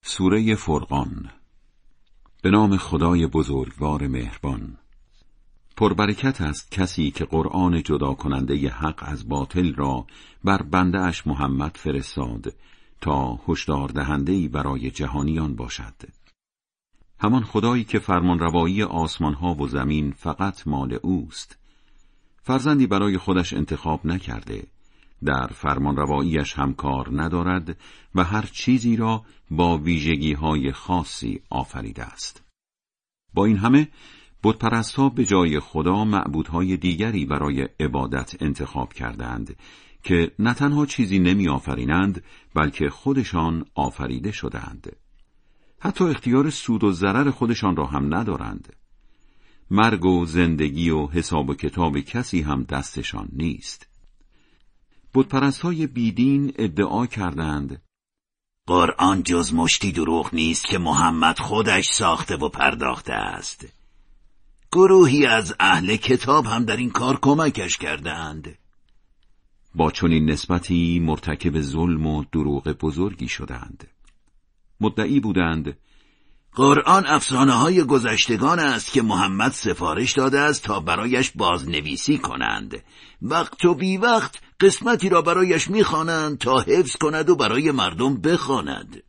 سوره فرقان. به نام خدای بزرگوار مهربان. پربرکت است کسی که قرآن جدا کننده حق از باطل را بر بنده اش محمد فرستاد تا هشدار دهنده‌ای برای جهانیان باشد. همان خدایی که فرمانروایی آسمان ها و زمین فقط مال اوست. فرزندی برای خودش انتخاب نکرده، در فرمانرواییش همکار ندارد و هر چیزی را با ویژگی‌های خاصی آفریده است. با این همه بت‌پرست‌ها به جای خدا معبودهای دیگری برای عبادت انتخاب کردند که نه تنها چیزی نمی‌آفرینند بلکه خودشان آفریده شدند. حتی اختیار سود و ضرر خودشان را هم ندارند. مرگ و زندگی و حساب و کتاب کسی هم دستشان نیست. بت‌پرست‌های بیدین ادعا کردند قرآن جز مشتی دروغ نیست که محمد خودش ساخته و پرداخته است. گروهی از اهل کتاب هم در این کار کمکش کردند. با چنین نسبتی مرتکب ظلم و دروغ بزرگی شدند. مدعی بودند قرآن افسانه‌های گذشتگان است که محمد سفارش داده است تا برایش بازنویسی کنند. وقت و بی وقت قسمتی را برایش می‌خوانند تا حفظ کند و برای مردم بخواند.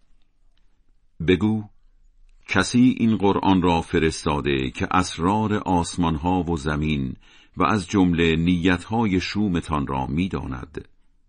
بگو کسی این قرآن را فرستاده که اسرار آسمان‌ها و زمین و از جمله نیت‌های شومتان را می‌داند.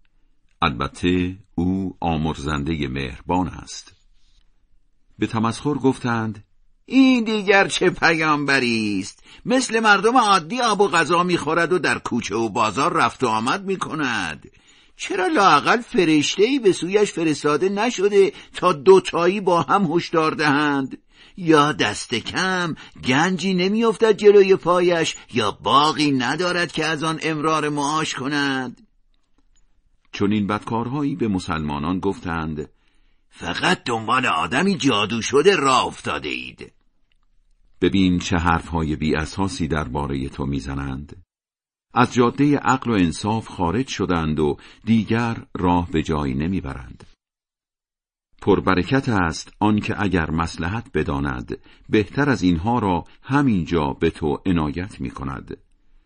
البته او آمرزنده مهربان است. به تمسخر گفتند این دیگر چه پیامبری است؟ مثل مردم عادی آب و غذا می‌خورد و در کوچه و بازار رفت و آمد می‌کند. چرا لااقل فرشته‌ای به سویش فرستاده نشده تا دوتایی با هم هشدار دهند؟ یا دست کم گنجی نمی‌افتد جلوی پایش یا باغی ندارد که از آن امرار معاش کند؟ چون این بدکارهایی به مسلمانان گفتند فقط دنبال آدمی جادو شده راه افتاده اید. ببین چه حرفهای بی اساسی درباره تو میزنند. از جاده عقل و انصاف خارج شدند و دیگر راه به جایی نمیبرند. پربرکت است آنکه اگر مصلحت بداند بهتر از اینها را همینجا به تو عنایت میکند.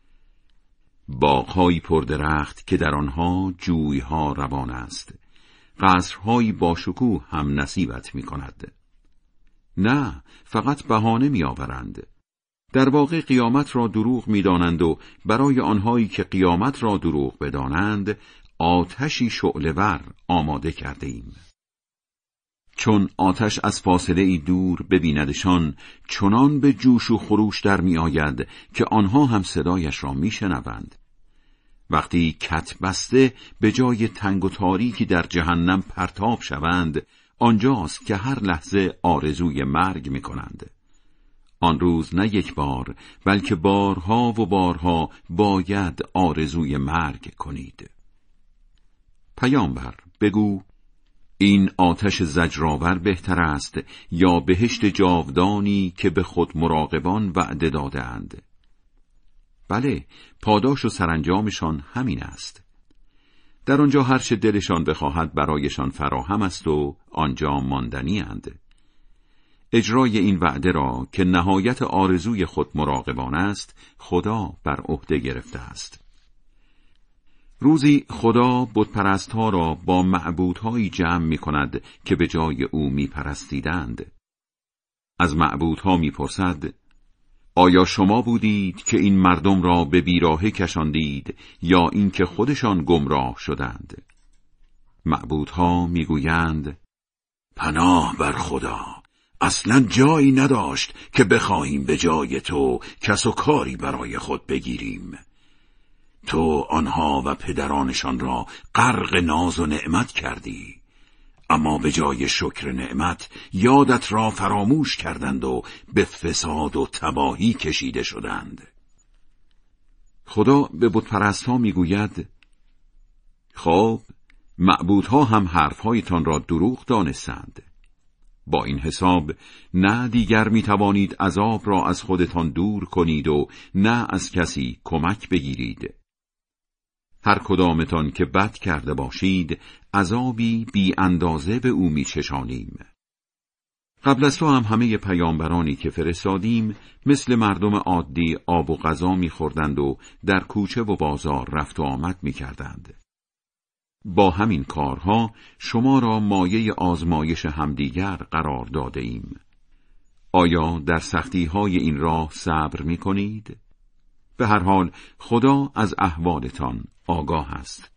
باغ‌هایی پردرخت که در آنها جویها روان است، قصرهایی با شکوه هم نصیبت می کند. نه، فقط بهانه می آورند. در واقع قیامت را دروغ می دانند و برای آنهایی که قیامت را دروغ بدانند آتشی شعله‌ور آماده کرده ایم. چون آتش از فاصله ای دور ببیندشان چنان به جوش و خروش در می آید که آنها هم صدایش را می شنوند. وقتی کت بسته به جای تنگ و تاریکی در جهنم پرتاب شوند، آنجاست که هر لحظه آرزوی مرگ می کنند. آن روز نه یک بار بلکه بارها و بارها باید آرزوی مرگ کنید. پیامبر بگو این آتش زجرآور بهتر است یا بهشت جاودانی که به خود مراقبان وعده داده‌اند؟ بله، پاداش و سرانجامشان همین است. در آنجا هر چه دلشان بخواهد برایشان فراهم است و آنجا ماندنی اند. اجرای این وعده را که نهایت آرزوی خود مراقبان است خدا بر عهده گرفته است. روزی خدا بت‌پرست‌ها را با معبودهایی جمع می کند که به جای او می پرستیدند. از معبودها می پرسد آیا شما بودید که این مردم را به بیراهه کشاندید یا اینکه خودشان گمراه شدند؟ معبودها میگویند پناه بر خدا، اصلا جایی نداشت که بخواهیم به جای تو کس و کاری برای خود بگیریم. تو آنها و پدرانشان را غرق ناز و نعمت کردی، اما به جای شکر نعمت یادت را فراموش کردند و به فساد و تباهی کشیده شدند. خدا به بت‌پرست‌ها میگوید خب معبودها هم حرفهایتان را دروغ دانستند. با این حساب نه دیگر میتوانید عذاب را از خودتان دور کنید و نه از کسی کمک بگیرید. هر کدامتان که بد کرده باشید عذابی بی اندازه به او میچشانیم. قبل از تو هم همه پیامبرانی که فرستادیم مثل مردم عادی آب و غذا می‌خوردند و در کوچه و بازار رفت و آمد می‌کردند. با همین کارها شما را مایه آزمایش همدیگر قرار داده ایم. آیا در سختی‌های این راه صبر می‌کنید؟ به هر حال خدا از احوالتان آگاه است.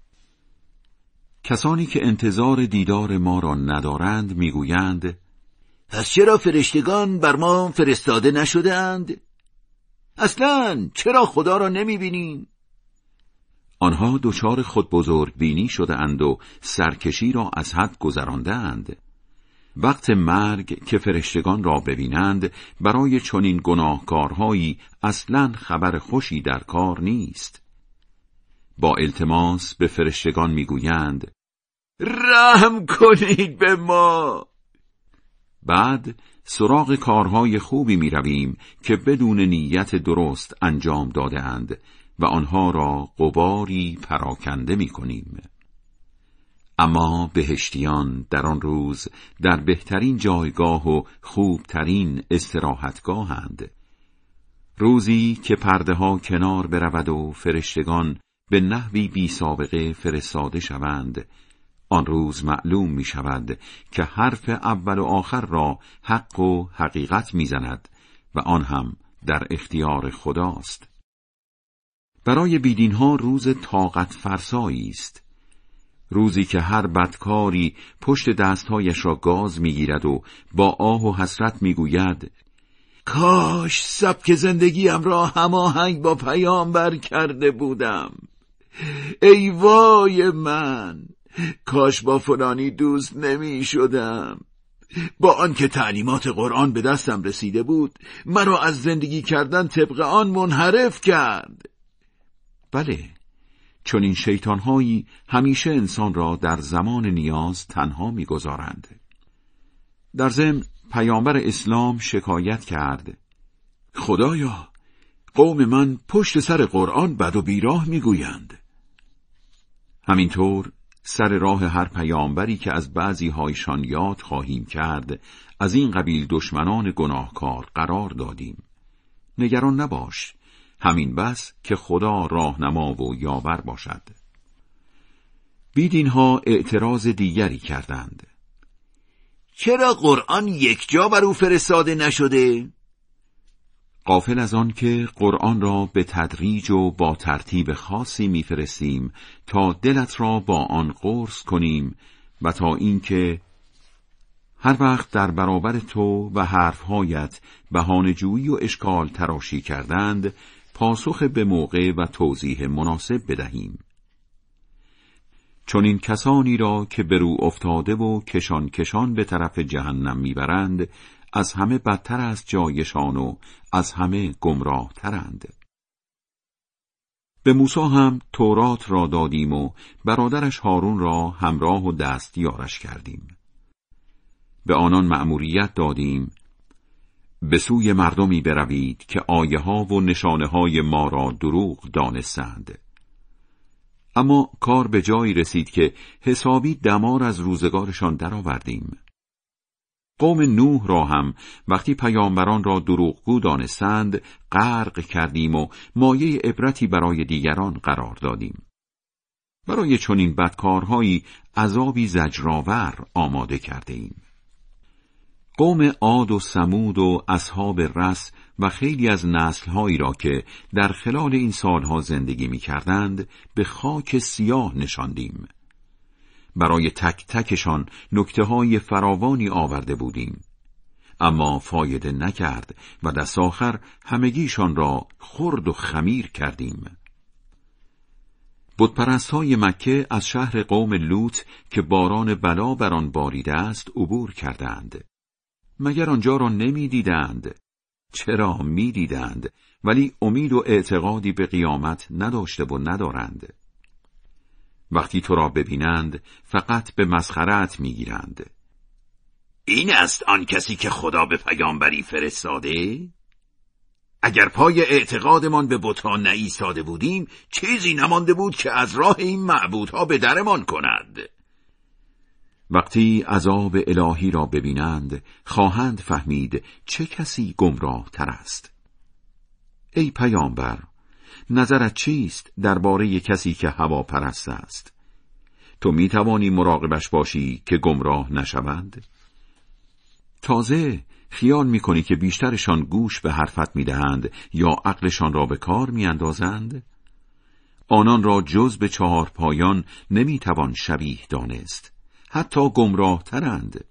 کسانی که انتظار دیدار ما را ندارند می‌گویند پس چرا فرشتگان بر ما فرستاده نشدند؟ اصلاً چرا خدا را نمی‌بینیم؟ آنها دچار خود بزرگ بینی شده اند و سرکشی را از حد گذرانده اند. وقت مرگ که فرشتگان را ببینند برای چنین گناهکارهایی اصلاً خبر خوشی در کار نیست. با التماس به فرشتگان میگویند رحم کنید به ما. بعد سراغ کارهای خوبی می رویم که بدون نیت درست انجام داده اند و آنها را غباری پراکنده می کنیم. اما بهشتیان در آن روز در بهترین جایگاه و خوبترین استراحتگاهند. روزی که پرده ها کنار برود و فرشتگان به نحوی بی سابقه فرستاده شوند، آن روز معلوم می شود که حرف اول و آخر را حق و حقیقت می زند و آن هم در اختیار خداست. برای بیدین ها روز طاقت فرسایی است. روزی که هر بدکاری پشت دستهایش را گاز می گیرد و با آه و حسرت می گوید کاش سبک زندگیم را هماهنگ با پیامبر کرده بودم. ای وای من، کاش با فلانی دوست نمی شدم. با آنکه تعلیمات قرآن به دستم رسیده بود مرا از زندگی کردن طبق آن منحرف کرد. بله، چون این شیطانهایی همیشه انسان را در زمان نیاز تنها می‌گذارند. در ضمن پیامبر اسلام شکایت کرد خدایا، قوم من پشت سر قرآن بد و بیراه میگویند. همینطور سر راه هر پیامبری که از بعضی هایشان یاد خواهیم کرد از این قبیل دشمنان گناهکار قرار دادیم. نگران نباش، همین بس که خدا راهنما و یاور باشد. بیدینها اعتراض دیگری کردند. چرا قرآن یک جا بر او فرستاده نشده؟ غافل از آن که قرآن را به تدریج و با ترتیب خاصی میفرستیم تا دلت را با آن قرص کنیم و تا اینکه هر وقت در برابر تو و حرفهایت بهانه‌جویی و اشکال تراشی کردند پاسخ به موقع و توضیح مناسب بدهیم. چون این کسانی را که برو افتاده و کشان کشان به طرف جهنم میبرند از همه بدتر است جایشان و از همه گمراه ترند. به موسی هم تورات را دادیم و برادرش هارون را همراه و دستیارش کردیم. به آنان مأموریت دادیم به سوی مردمی بروید که آیه ها و نشانه های ما را دروغ دانستند. اما کار به جایی رسید که حسابی دمار از روزگارشان درآوردیم. قوم نوح را هم وقتی پیامبران را دروغگو دانستند غرق کردیم و مایه عبرتی برای دیگران قرار دادیم. برای چنین بدکارهایی عذابی زجرآور آماده کرده ایم. قوم عاد و ثمود و اصحاب رس و خیلی از نسل‌هایی را که در خلال این سالها زندگی می‌کردند به خاک سیاه نشاندیم. برای تک تکشان نکته‌های فراوانی آورده بودیم، اما فایده نکرد و دست آخر همگیشان را خرد و خمیر کردیم. بتپرست‌های مکه از شهر قوم لوط که باران بلا بر آن باریده است عبور کردند. مگر آنجا را نمی‌دیدند؟ چرا می‌دیدند ولی امید و اعتقادی به قیامت نداشته و ندارند. وقتی تو را ببینند فقط به مسخره‌ات می‌گیرند. این است آن کسی که خدا به پیامبری فرستاده؟ اگر پای اعتقادمان به بتان نایستاده بودیم چیزی نمانده بود که از راه این معبودها به درمان کند. وقتی عذاب الهی را ببینند خواهند فهمید چه کسی گمراه تر است. ای پیامبر، نظرت چیست درباره کسی که هواپرست است؟ تو می توانی مراقبش باشی که گمراه نشوند؟ تازه خیال می کنی که بیشترشان گوش به حرفت می دهند یا عقلشان را به کار می اندازند؟ آنان را جز به 4 پایان نمی توان شبیه دانست، حتی گمراه ترند.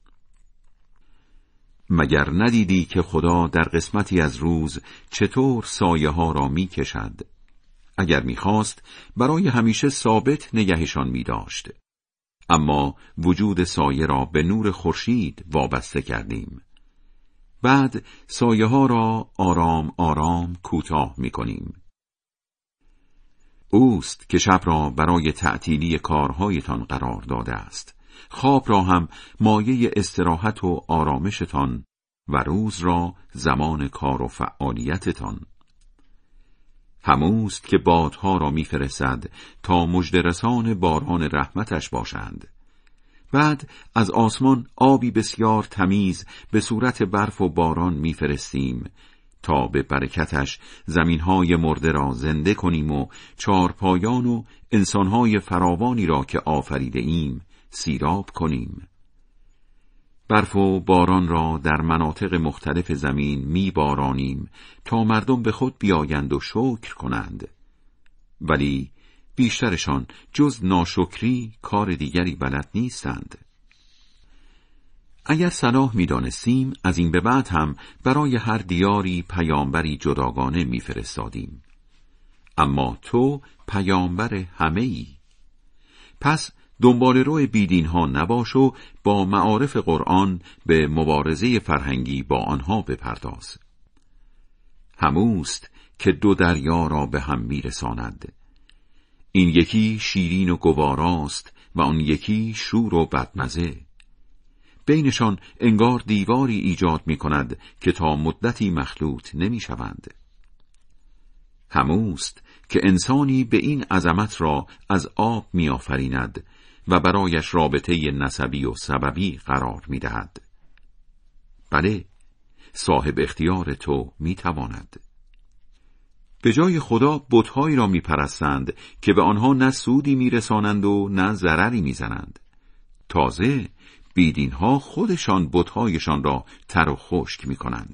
مگر ندیدی که خدا در قسمتی از روز چطور سایه ها را می کشد؟ اگر می خواست برای همیشه ثابت نگهشان می داشت. اما وجود سایه را به نور خورشید وابسته کردیم. بعد سایه ها را آرام آرام کوتاه می کنیم. اوست که شب را برای تعطیلی کارهایتان قرار داده است، خواب را هم مایه استراحت و آرامشتان و روز را زمان کار و فعالیتتان. هموست که بادها را می‌فرستد تا مژده‌رسان باران رحمتش باشند. بعد از آسمان آبی بسیار تمیز به صورت برف و باران می‌فرستیم تا به برکتش زمین‌های مرده را زنده کنیم و 4 پایان و انسان‌های فراوانی را که آفریده ایم سیراب کنیم. برف و باران را در مناطق مختلف زمین می‌بارانیم تا مردم به خود بیایند و شکر کنند. ولی بیشترشان جز ناشکری کار دیگری بلد نیستند. اگر صلاح می‌دانستیم از این به بعد هم برای هر دیاری پیامبری جداگانه می‌فرستادیم. اما تو پیامبر همه‌ای. پس دنبال رو بیدین ها نباش و با معارف قرآن به مبارزه فرهنگی با آنها بپرداز. هموست که 2 دریا را به هم میرساند. این یکی شیرین و گواراست و آن یکی شور و بدمزه. بینشان انگار دیواری ایجاد می کند که تا مدتی مخلوط نمی شوند. هموست که انسانی به این عظمت را از آب می آفریند و برایش رابطه نسبی و سببی قرار می دهد. بله، صاحب اختیار تو می تواند. به جای خدا بت‌هایی را می پرستند که به آنها نه سودی می رسانند و نه ضرری می زنند. تازه بیدینها خودشان بت‌هایشان را تر و خشک می کنند.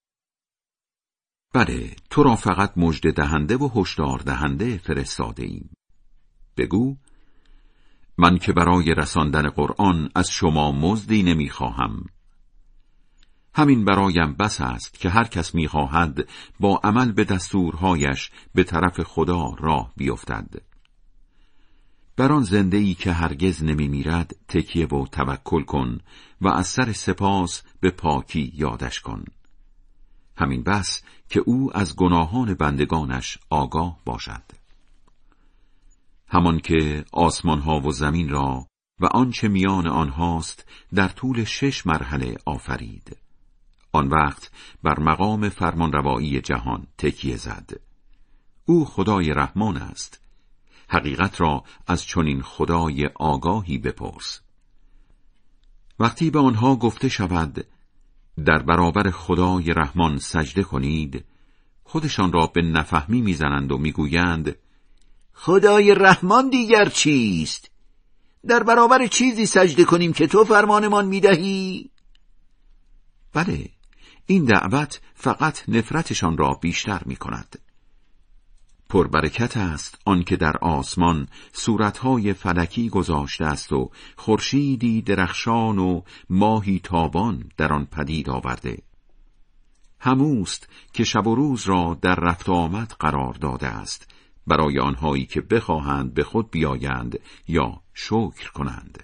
بله، تو را فقط مژده دهنده و هشدار دهنده فرستاده ایم. بگو من که برای رساندن قرآن از شما مزدی نمی خواهم. همین برایم بس است که هر کس می خواهد با عمل به دستورهایش به طرف خدا راه بیفتد. بر آن زنده‌ای که هرگز نمی میرد تکیه و توکل کن و از سر سپاس به پاکی یادش کن. همین بس که او از گناهان بندگانش آگاه باشد. همان که آسمانها و زمین را و آنچه میان آنهاست در طول 6 مرحله آفرید. آن وقت بر مقام فرمانروایی جهان تکیه زد. او خدای رحمان است. حقیقت را از چنین خدای آگاهی بپرس. وقتی به آنها گفته شود در برابر خدای رحمان سجده کنید، خودشان را به نفهمی میزنند و میگویند خدای رحمان دیگر چیست؟ در برابر چیزی سجده کنیم که تو فرمانمان میدهی؟ بله، این دعوت فقط نفرتشان را بیشتر میکند. پربرکت است آنکه در آسمان صورتهای فلکی گذاشته است و خورشیدی درخشان و ماهی تابان در آن پدید آورده. هموست که شب و روز را در رفت و آمد قرار داده است برای آنهایی که بخواهند به خود بیایند یا شکر کنند.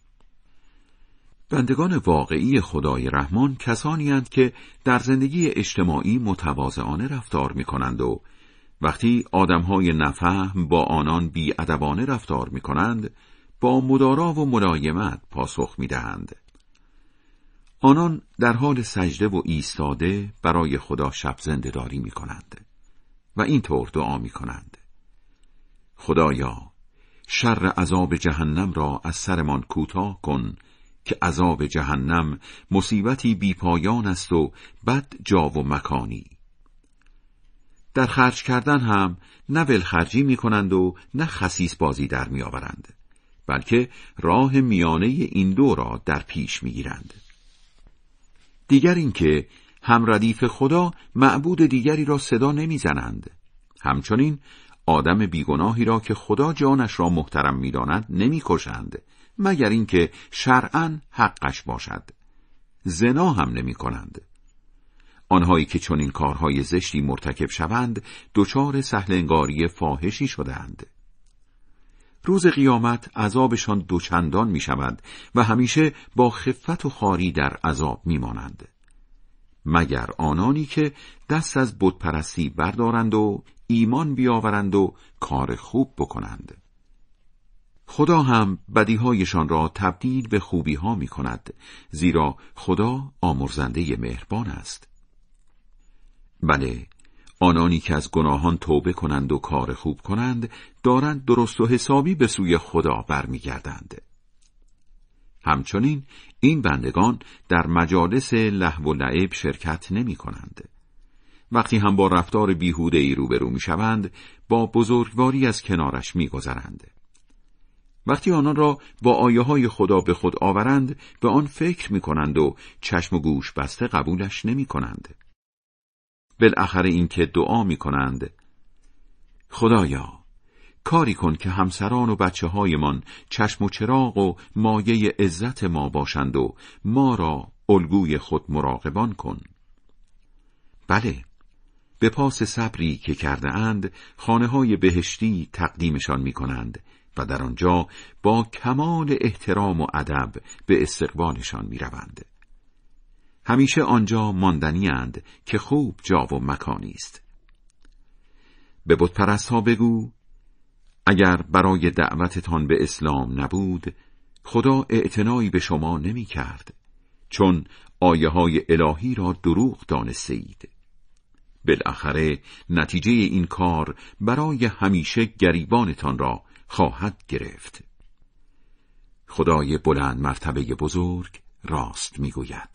بندگان واقعی خدای رحمان کسانی اند که در زندگی اجتماعی متواضعانه رفتار می کنند و وقتی آدمهای نفهم با آنان بی‌ادبانه رفتار می کنند با مدارا و ملایمت پاسخ می دهند. آنان در حال سجده و ایستاده برای خدا شب زنده داری می کنند و اینطور دعا می کنند: خدایا، شر عذاب جهنم را از سرمان کوتاه کن که عذاب جهنم مصیبتی بیپایان است و بد جا و مکانی. در خرج کردن هم نه ولخرجی می کنند و نه خسیس بازی در می آورند، بلکه راه میانه این دو را در پیش می گیرند. دیگر این که هم ردیف خدا معبود دیگری را صدا نمی زنند. همچنین آدم بیگناهی را که خدا جانش را محترم می داند نمی کشند، مگر اینکه شرعاً حقش باشد. زنا هم نمی کنند. آنهایی که چنین کارهای زشتی مرتکب شوند دچار سهلنگاری فاحشی شدند. روز قیامت عذابشان دوچندان می شود و همیشه با خفت و خواری در عذاب می مانند، مگر آنانی که دست از بتپرستی بردارند و ایمان بیاورند و کار خوب بکنند. خدا هم بدیهایشان را تبدیل به خوبیها می کند، زیرا خدا آمرزنده مهربان است. بله، آنانی که از گناهان توبه کنند و کار خوب کنند دارند درست و حسابی به سوی خدا برمیگردند. همچنین این بندگان در مجالس لهو و لعب شرکت نمی کنند. وقتی هم با رفتار بیهوده‌ای روبرو می شوند با بزرگواری از کنارش می گذرند. وقتی آنان را با آیه های خدا به خود آورند به آن فکر می کنند و چشم و گوش بسته قبولش نمی کنند. بالاخره این که دعا می کنند: خدایا کاری کن که همسران و بچه هایمان چشم و چراغ و مایه عزت ما باشند و ما را الگوی خود مراقبان کن. بله، به پاس صبری که کرده اند خانه های بهشتی تقدیمشان می کنند و در آنجا با کمال احترام و ادب به استقبالشان می روند. همیشه آنجا ماندنی اند که خوب جا و مکانی است. به بتپرست ها بگو: اگر برای دعوتتان به اسلام نبود خدا اعتنایی به شما نمی کرد، چون آیه های الهی را دروغ دانسته اید. بالاخره نتیجه این کار برای همیشه گریبانتان را خواهد گرفت. خدای بلند مرتبه بزرگ راست می گوید.